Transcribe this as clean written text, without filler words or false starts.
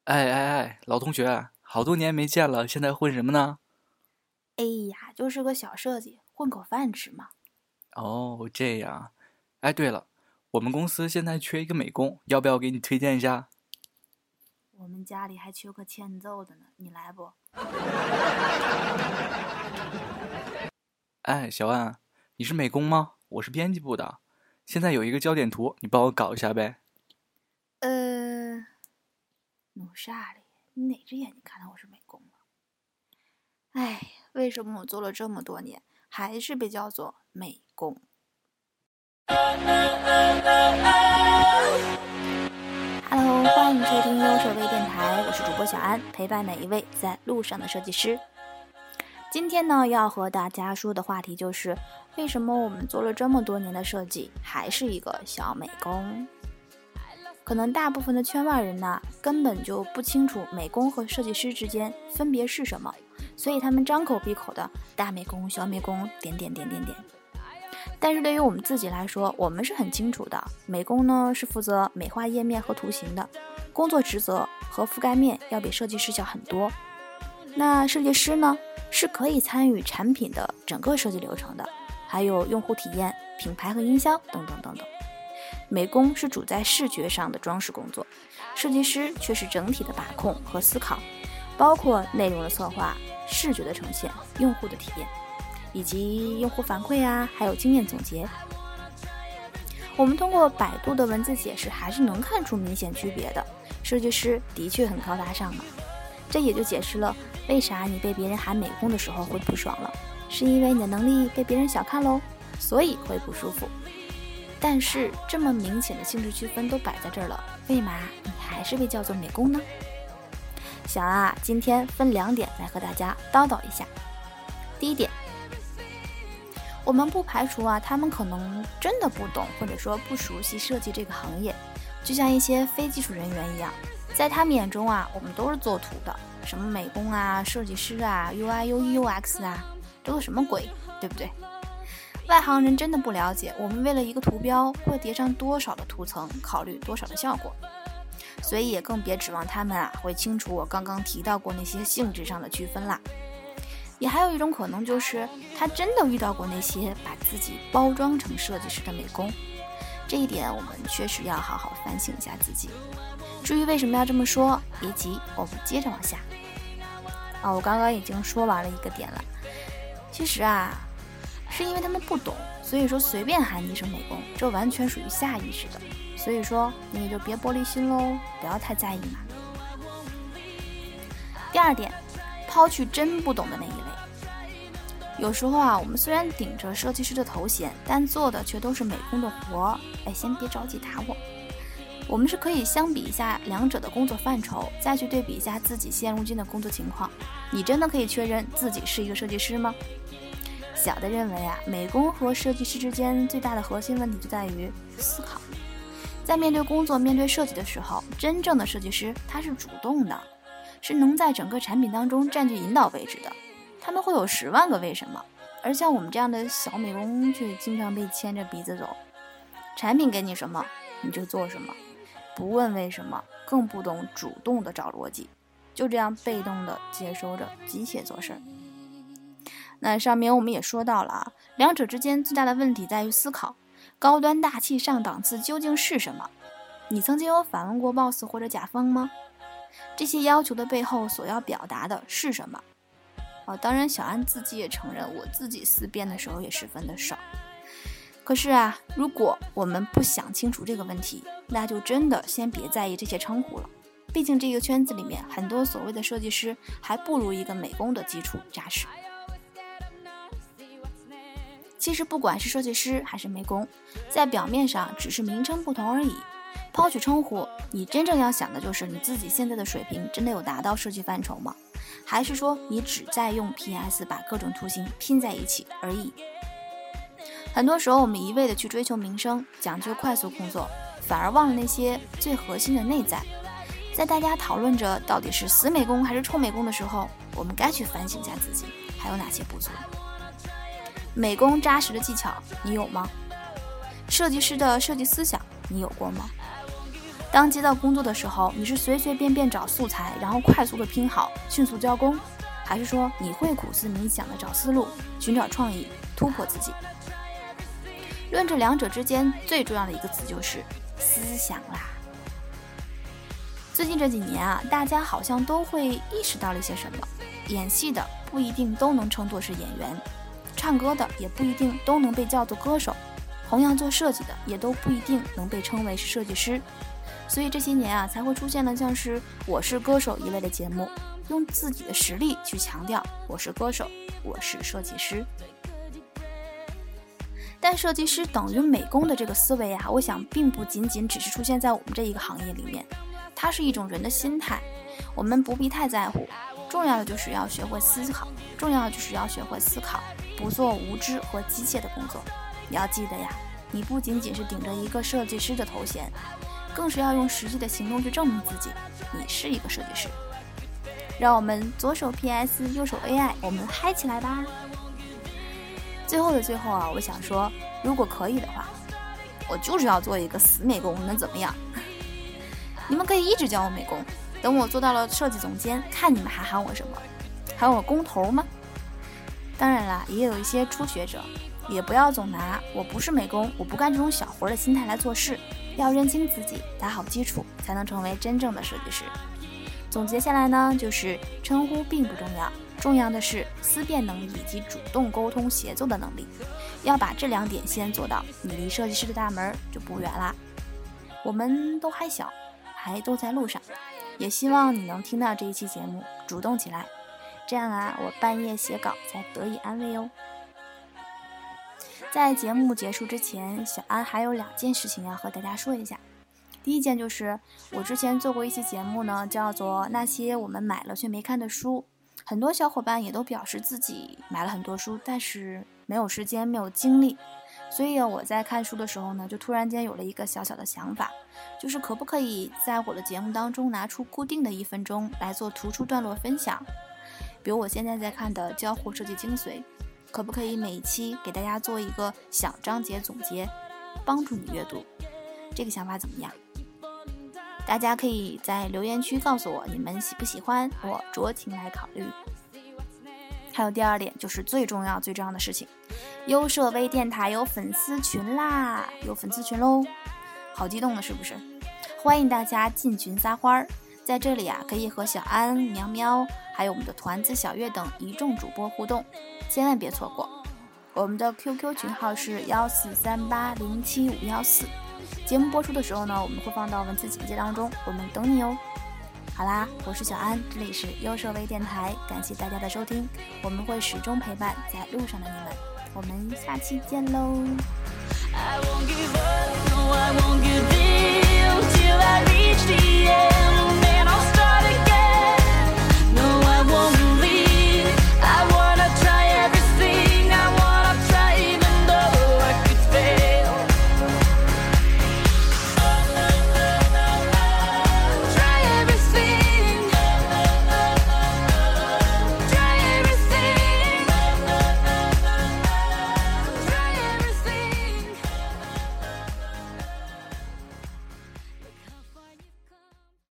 老同学，好多年没见了，现在混什么呢？ 哎呀，就是个小设计，混口饭吃嘛。 哦，这样。哎，对了，我们公司现在缺一个美工，要不要给你推荐一下？ 我们家里还缺个欠揍的呢，你来不？ 哎，小安，你是美工吗？我是编辑部的，现在有一个焦点图，你帮我搞一下呗。 弄啥嘞？你哪只眼睛看到我是美工了？哎，为什么我做了这么多年，还是被叫做美工？Hello，欢迎收听优设微电台，我是主播小安，陪伴每一位在路上的设计师。今天呢，要和大家说的话题就是，为什么我们做了这么多年的设计，还是一个小美工？可能大部分的圈外人呢，根本就不清楚美工和设计师之间分别是什么，所以他们张口闭口的大美工、小美工，点。但是对于我们自己来说，我们是很清楚的，美工呢是负责美化页面和图形的，工作职责和覆盖面要比设计师小很多。那设计师呢，是可以参与产品的整个设计流程的，还有用户体验、品牌和营销等等。美工是主在视觉上的装饰工作，设计师却是整体的把控和思考，包括内容的策划、视觉的呈现、用户的体验，以及用户反馈啊，还有经验总结。我们通过百度的文字解释还是能看出明显区别的，设计师的确很高大上嘛。这也就解释了为啥你被别人喊美工的时候会不爽了，是因为你的能力被别人小看喽，所以会不舒服。但是这么明显的性质区分都摆在这儿了，为嘛你还是被叫做美工呢？小安啊，今天分2点来和大家叨叨一下。第一点，我们不排除他们可能真的不懂或者说不熟悉设计这个行业，就像一些非技术人员一样，在他们眼中我们都是做图的，什么美工设计师UI UX 这都什么鬼，对不对？外行人真的不了解我们为了一个图标会叠上多少的图层，考虑多少的效果，所以也更别指望他们会清楚我刚刚提到过那些性质上的区分啦。也还有一种可能就是他真的遇到过那些把自己包装成设计师的美工，这一点我们确实要好好反省一下自己。至于为什么要这么说，别急，我们接着往下。我刚刚已经说完了一个点了，其实是因为他们不懂，所以说随便喊你一声美工，这完全属于下意识的，所以说你也就别玻璃心喽，不要太在意嘛。第二点，抛去真不懂的那一类。有时候我们虽然顶着设计师的头衔，但做的却都是美工的活。先别着急打我们是可以相比一下两者的工作范畴，再去对比一下自己现如今的工作情况。你真的可以确认自己是一个设计师吗？小的认为美工和设计师之间最大的核心问题就在于思考。在面对工作、面对设计的时候，真正的设计师他是主动的，是能在整个产品当中占据引导位置的。他们会有10万个为什么，而像我们这样的小美工却经常被牵着鼻子走。产品给你什么你就做什么，不问为什么，更不懂主动的找逻辑，就这样被动的接收着机械做事儿。那上面我们也说到了两者之间最大的问题在于思考，高端大气上档次究竟是什么？你曾经有反问过 boss 或者甲方吗？这些要求的背后所要表达的是什么？当然小安自己也承认，我自己思辨的时候也十分的少。可是如果我们不想清楚这个问题，那就真的先别在意这些称呼了。毕竟这个圈子里面很多所谓的设计师还不如一个美工的基础扎实。其实不管是设计师还是美工，在表面上只是名称不同而已。抛取称呼，你真正要想的就是你自己现在的水平真的有达到设计范畴吗？还是说你只在用 PS 把各种图形拼在一起而已？很多时候我们一味的去追求名声，讲究快速工作，反而忘了那些最核心的内在。在大家讨论着到底是死美工还是臭美工的时候，我们该去反省一下自己还有哪些不足。美工扎实的技巧你有吗？设计师的设计思想你有过吗？ 当接到工作的时候，你是随随便便找素材，然后快速的拼好，迅速交工，还是说你会苦思冥想的找思路，寻找创意，突破自己？论这两者之间最重要的一个词就是思想啦。最近这几年啊，大家好像都会意识到了一些什么，演戏的不一定都能称作是演员，唱歌的也不一定都能被叫做歌手，同样做设计的也都不一定能被称为是设计师。所以这些年啊，才会出现了像是我是歌手一类的节目，用自己的实力去强调我是歌手，我是设计师。但设计师等于美工的这个思维啊，我想并不仅仅只是出现在我们这一个行业里面，它是一种人的心态，我们不必太在乎，重要的就是要学会思考，不做无知和机械的工作。你要记得呀，你不仅仅是顶着一个设计师的头衔，更是要用实际的行动去证明自己，你是一个设计师。让我们左手 PS 右手 AI， 我们嗨起来吧。最后的最后啊，我想说，如果可以的话，我就是要做一个死美工，能怎么样？你们可以一直叫我美工，等我做到了设计总监，看你们还喊我什么？喊我工头吗？当然啦，也有一些初学者，也不要总拿我不是美工，我不干这种小活的心态来做事，要认清自己，打好基础，才能成为真正的设计师。总结下来呢，就是称呼并不重要，重要的是思辨能力以及主动沟通协作的能力。要把这两点先做到，你离设计师的大门就不远啦。我们都还小，还都在路上，也希望你能听到这一期节目，主动起来，这样啊，我半夜写稿才得以安慰哦。在节目结束之前，小安还有2件事情要和大家说一下。第一件就是我之前做过一期节目呢，叫做那些我们买了却没看的书，很多小伙伴也都表示自己买了很多书，但是没有时间没有精力，所以我在看书的时候呢，就突然间有了一个小小的想法，就是可不可以在我的节目当中拿出固定的1分钟来做突出段落分享，比如我现在在看的交互设计精髓，可不可以每一期给大家做一个小章节总结，帮助你阅读？这个想法怎么样？大家可以在留言区告诉我你们喜不喜欢，我酌情来考虑。还有第2点，就是最重要的事情，优设微电台有粉丝群啦，有粉丝群喽，好激动的是不是？欢迎大家进群撒花，在这里啊，可以和小安、喵喵还有我们的团子小月等一众主播互动，千万别错过。我们的 QQ 群号是143807514，节目播出的时候呢，我们会放到文字简介当中，我们等你哦。好啦，我是小安，这里是优设微电台，感谢大家的收听，我们会始终陪伴在路上的你们，我们下期见喽。